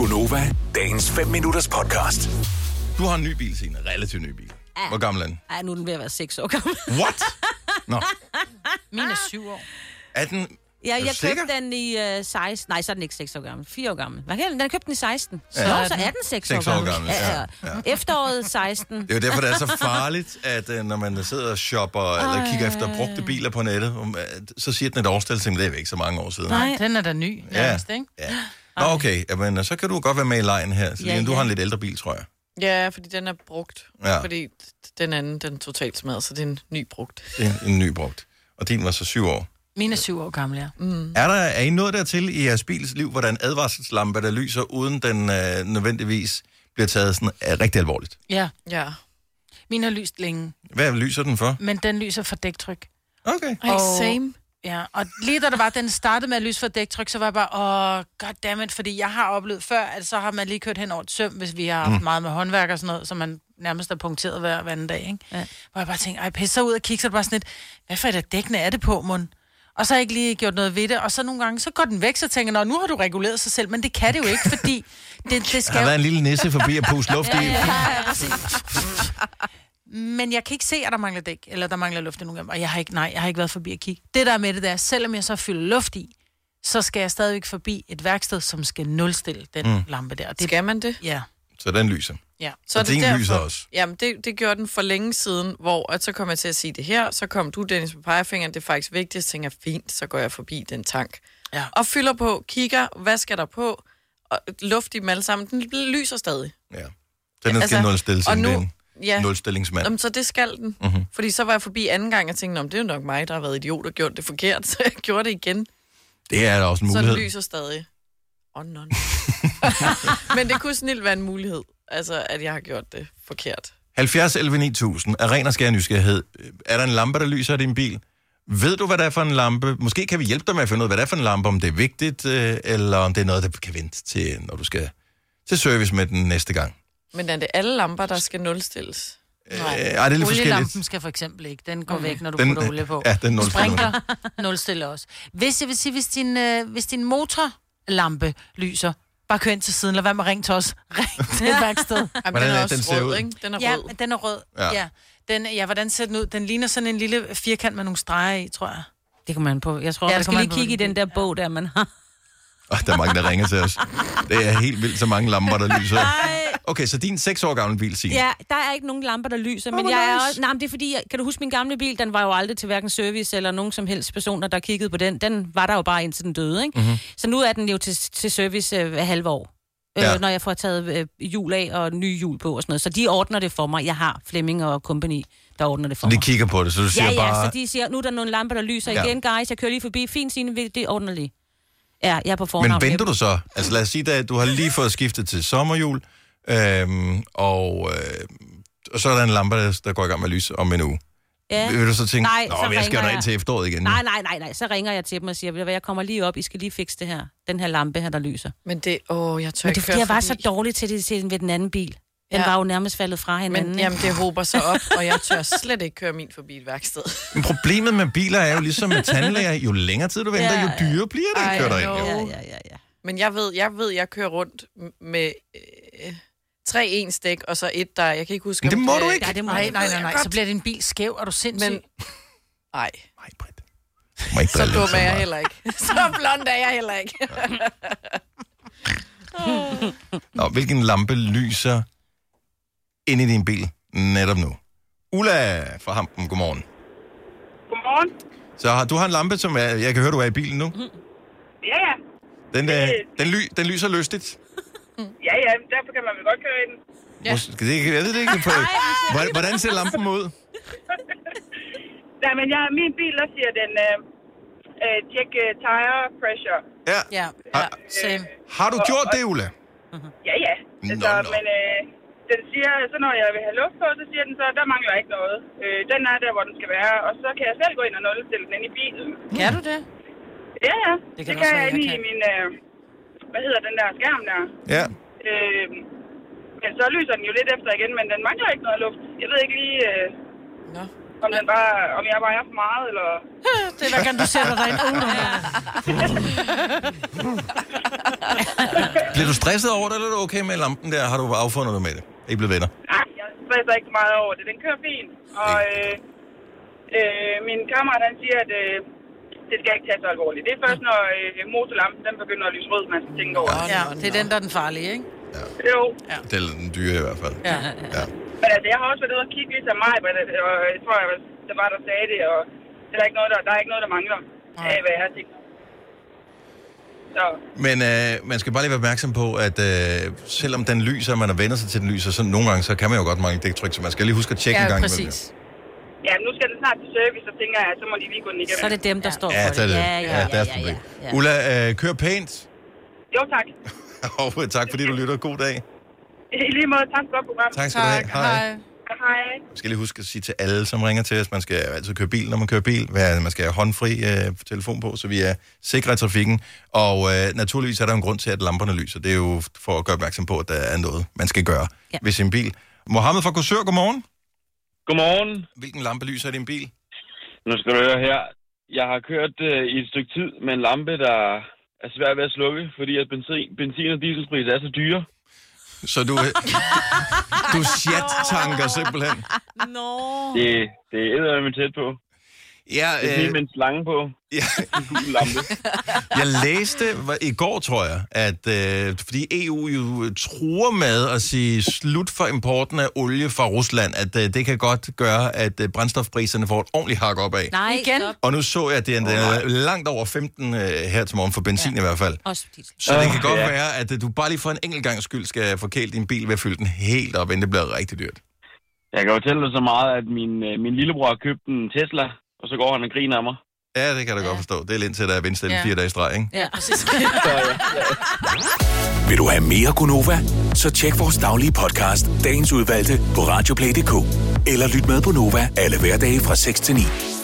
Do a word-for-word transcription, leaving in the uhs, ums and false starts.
Gonova, dagens fem minutters podcast. Du har en ny bil, Signe. Relativt ny bil. Ja. Hvor gammel er den? Ej, nu er den ved at være seks år gammel. What? Nå. Min er syv år. Er den... Ja, er jeg sikker? købte den i uh, seksten. Nej, så er den ikke seks år gammel. fire år gammel. Hvad den? Den købte den i seksten. Så, Ja. ja. så er den seks år Seks år gammel. gammel, ja, ja. Efteråret seksten. Det er jo derfor, det er så farligt, at uh, når man sidder og shopper, eller Ej. kigger efter brugte biler på nettet, um, uh, så siger den et årstal, så det er jo ikke så mange år siden. Nej, den er da ny, nærmest, ikke? Ja. Nå, okay. Jamen, så kan du godt være med i lejen her. Selina, Ja, du ja. har en lidt ældre bil, tror jeg. Ja, fordi den er brugt. Ja. Fordi den anden, den er totalt smadret, så det er en ny brugt. Det er en ny brugt. Og din var så syv år. Min er syv år gammel, ja. Mm. Er, der, er I nået dertil i jeres bils liv, hvor der er en advarselslampe, der lyser, uden den øh, nødvendigvis bliver taget sådan, øh, rigtig alvorligt? Ja, Ja. min har lyst længe, Hvad lyser den for? men den lyser for dæktryk. Okay. Ej, Og- same. Ja, og lige da der var, den startede med at lyse for dæktryk, så var jeg bare, åh, goddammit, fordi jeg har oplevet før, at så har man lige kørt hen over et søm, hvis vi har haft mm. meget med håndværk og sådan noget, så man nærmest er punkteret hver, hver anden dag, ikke? Ja. Hvor jeg bare tænkte, ej, pisse ud og kigge, så er det bare sådan lidt, hvad for et af dækkene er det på, mund? Og så har jeg ikke lige gjort noget ved det, og så nogle gange, så går den væk, så tænker jeg, nå, nu har du reguleret sig selv, men det kan det jo ikke, fordi det, det Der skal har jo... været en lille nisse forbi og puste luft i. Men jeg kan ikke se, at der mangler dæk, eller der mangler luft i nogle gange, og jeg har ikke, nej, jeg har ikke været forbi at kigge. Det der er med det der, selvom jeg så fylder luft i, så skal jeg stadigvæk forbi et værksted, som skal nulstille den mm. lampe der. Og det, Skal man det? ja, Så den lyser. ja. Så Og din lyser også. Jamen, det, det gjorde den for længe siden, hvor at så kom jeg til at sige det her, så kom du, Dennis, på pegefingeren, det er faktisk vigtigt, så tænker jeg, fint, så går jeg forbi den tank. Ja. Og fylder på, kigger, hvad skal der på, og luft i dem alle sammen, den lyser stadig. Ja. Så den skal Altså, nulstilles, og nu, nu- en Ja. nulstillingsmand. Jamen, så det skal den. Mm-hmm. Fordi så var jeg forbi anden gang, og tænkte, om det er jo nok mig, der har været idiot og gjort det forkert, så jeg gjorde det igen. Det er da også en Så mulighed. den lyser stadig. Oh, no. Men det kunne snilt være en mulighed, altså at jeg har gjort det forkert. halvfjerds elleve ni tusind. Er ren og skær nysgerrighed. Er der en lampe, der lyser i din bil? Ved du, hvad det er for en lampe? Måske kan vi hjælpe dig med at finde ud af, hvad det er for en lampe, om det er vigtigt, øh, eller om det er noget, der kan vente til, når du skal til service med den næste gang. Men er det alle lamper, der skal nulstilles? Nej. Øh, ej, det er lidt forskelligt. Olielampen skal for eksempel ikke. Den går væk, når du Den- putter olie på. ja, den nulstiller. Sprinkler, nulstiller også. Hvis, jeg vil sige, hvis din, øh, hvis din motorlampe lyser, bare kør ind til siden, lad være med at ringe til os. Ring til et værksted. Jamen, Hvordan den er er den også ser ud? rød, ikke? Den er Ja, rød. den er rød. Ja. Ja. Ja. Den, ja, hvordan ser den ud? Den ligner sådan en lille firkant med nogle streger i, tror jeg. Det kommer man på. Jeg tror, Ja, ja, det jeg skal kommer lige an på, kigge i hvilken den der bog, der man har. Oh, der er mange, der ringer til os. Det er helt vildt, så mange lamper, der lyser. Okay, så din seks år gamle bil, Signe. Ja, der er ikke nogen lamper, der lyser, men hvor jeg er nice. også... Nej, men det er fordi, jeg, kan du huske min gamle bil? Den var jo aldrig til hverken service eller nogen som helst personer, der kiggede på den. Den var der jo bare indtil den døde, ikke? Mhm. Mm-hmm. Så nu er den jo til, til service øh, hver halve år. Ja. Øh, når jeg får taget øh, hjul af og nye hjul på og sådan noget. Så de ordner det for mig. Jeg har Flemming og company, der ordner det for Så de mig. kigger på det, så du siger Ja, ja, bare... så de siger, nu er der nogle lamper, der lyser Ja. ja. igen, guys. Jeg kører lige forbi. Fint, Signe, det ordner lige. Ja, jeg er på fornavn. Men venter du så? Altså lad os sige, at du har lige fået skiftet til sommerhjul, øhm, og, øh, og så er der en lampe, der, der går i gang med lys om en uge. Ja. Vil du så tænke, Nej, nå, så men jeg skal jo ringer da ind jeg. til efteråret igen. Nej, nej, nej, nej. Så ringer jeg til dem og siger, ved du hvad, jeg kommer lige op, I skal lige fikse det her. Den her lampe her, der lyser. Men det, åh, jeg tør Men det er ikke fordi, køre jeg var forbi. så dårlig til det til, ved den anden bil. Den Ja. var jo nærmest faldet fra hinanden. Men ikke? jamen, det håber sig op, og jeg tør slet ikke køre min forbi et værksted. Men problemet med biler er jo ligesom med tandlæger, jo længere tid du venter, Ja, jo ja. dyrere bliver det at Ej, køre dig ind. no. Jo. Ja, ja, ja, ja. Men jeg ved, jeg ved, jeg kører rundt med øh, tre ensdæk, og så et, der... Jeg kan ikke huske... Men det om må du ikke. Nej, det må Nej, jeg nej, nej, jeg nej. godt. Så bliver din bil skæv, og du er sindssyg. Men... Ej, Nej, Britt. Må ikke så drille dum lidt er jeg meget. heller ikke. Så blond er jeg heller ikke. Nå, hvilken lampe lyser ind i din bil netop nu? Ulla fra Hampen, godmorgen. Godmorgen. Så har, du har en lampe, som er, jeg kan høre, du er i bilen nu. Ja, ja. Den, øh, den, ly, den lyser lystigt. Ja, ja, derfor kan man vel godt køre i den. Ja. Måske, det, jeg ved det ikke. På, hvordan, hvordan ser lampen ud? Nej, men jeg, min bil, der siger den, øh, øh, check uh, tire pressure. Ja. Ja, ja, same. Har du gjort det, Ulla? Ja, ja. Nå, Altså, nå. men øh, den siger, så når jeg vil have luft på, så siger den så, der mangler ikke noget. Øh, den er der, hvor den skal være, og så kan jeg selv gå ind og nulstille den ind i bilen. Kan du det? Ja, ja. Det Det kan kan, også jeg være, inde jeg i kan. min, øh, hvad hedder den der skærm der. Ja. Øh, men så lyser den jo lidt efter igen, men den mangler ikke noget luft. Jeg ved ikke lige, øh, Nå. Om, den bare, om jeg bare er for meget, eller... Det er hver gang, du sætter dig ind. Bliver du stresset over det, eller er du okay med lampen der? Har du affundet dig med det? Er I blevet venner? Nej, jeg stresser ikke så meget over det. Den kører fint. Og øh, øh, min kammerat, han siger, at øh, det skal ikke tage så alvorligt. Det er først, når øh, motorlampen den begynder at lyse rød, man skal tænke over. Ja, det er den, der er den farlige, ikke? Ja. Jo. Ja. Det er den dyre i hvert fald. Ja. Ja. Men altså, jeg har også været ude og kigge ligesom mig, og jeg tror, jeg var, der var der sagde det, og der er ikke noget, der, der, er ikke noget, der mangler af, hvad jeg har tænkt. Så. Men øh, man skal bare lige være opmærksom på, at øh, selvom den lyser, man har vendt sig til den lyser, så nogle gange, så kan man jo godt mangle dæktryk, så man skal lige huske at tjekke ja, en gang. Præcis. Ja, nu skal det snart til service, så tænker jeg, at så må de lige gå den igennem. Så er det dem, der står ja, for det. det. Ja, ja, ja, ja, deres problem. Ja, ja. Ulla, øh, kør pænt. Jo, tak. Og tak, fordi du lytter. God dag. I lige måde, tak for godt program. Tak skal tak. du have. Hej. Hej. Hej. Jeg skal lige huske at sige til alle, som ringer til os, man skal altid køre bil, når man kører bil. Man skal have håndfri øh, telefon på, så vi er sikre i trafikken. Og øh, naturligvis er der en grund til, at lamperne lyser. Det er jo for at gøre opmærksom på, at der er noget, man skal gøre ja. ved sin bil. Mohammed fra Korsør, godmorgen. Godmorgen. Hvilken lampe lyser i din bil? Nu skal du høre her. Jeg har kørt øh, i et stykke tid med en lampe, der er svær ved at slukke, fordi at benzin, benzin og dieselpris er så dyre. Så du, du shit-tanker simpelthen? Nå. Det, det er eddermame tæt på. Ja, det er øh, med en slange på. Ja. En gul lampe. Jeg læste i går, tror jeg, at øh, fordi E U jo truer med at sige slut for importen af olie fra Rusland, at øh, det kan godt gøre, at øh, brændstofpriserne får et ordentligt hak opad. Nej, igen. Og nu så jeg, at det er, oh, er langt over femten øh, her til morgen for benzin ja. i hvert fald. Også så det kan godt ja. være, at øh, du bare lige for en enkelt gang skyld skal forkæle din bil ved at fylde den helt op, inden det bliver rigtig dyrt. Jeg kan jo fortælle dig så meget, at min, øh, min lillebror har købt en Tesla, og så går han og griner af mig. Ja, det kan jeg da ja. godt forstå. Det er lidt til, at der er vindstille ja. fire dage i streg, ikke? Ja, præcis. Vil du have mere Gunova? Så tjek vores daglige podcast, dagens udvalgte, på radioplay punktum d k. Eller lyt med på Nova alle hverdage fra seks til ni.